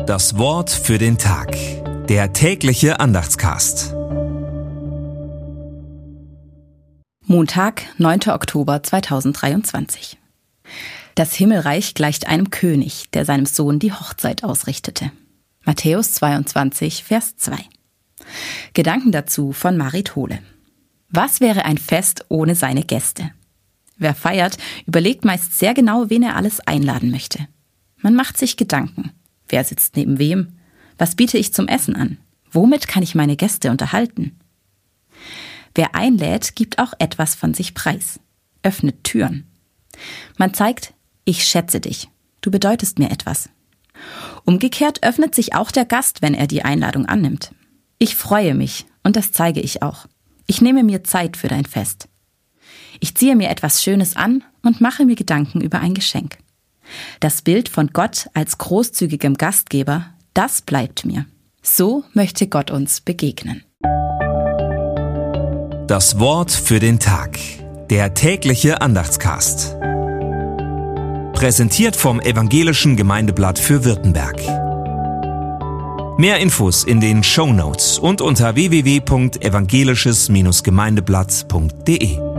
Das Wort für den Tag. Der tägliche Andachtscast. Montag, 9. Oktober 2023. Das Himmelreich gleicht einem König, der seinem Sohn die Hochzeit ausrichtete. Matthäus 22, Vers 2. Gedanken dazu von Marit Hohle. Was wäre ein Fest ohne seine Gäste? Wer feiert, überlegt meist sehr genau, wen er alles einladen möchte. Man macht sich Gedanken. Wer sitzt neben wem? Was biete ich zum Essen an? Womit kann ich meine Gäste unterhalten? Wer einlädt, gibt auch etwas von sich preis. Öffnet Türen. Man zeigt, ich schätze dich. Du bedeutest mir etwas. Umgekehrt öffnet sich auch der Gast, wenn er die Einladung annimmt. Ich freue mich und das zeige ich auch. Ich nehme mir Zeit für dein Fest. Ich ziehe mir etwas Schönes an und mache mir Gedanken über ein Geschenk. Das Bild von Gott als großzügigem Gastgeber, das bleibt mir. So möchte Gott uns begegnen. Das Wort für den Tag. Der tägliche Andachtscast. Präsentiert vom Evangelischen Gemeindeblatt für Württemberg. Mehr Infos in den Shownotes und unter www.evangelisches-gemeindeblatt.de.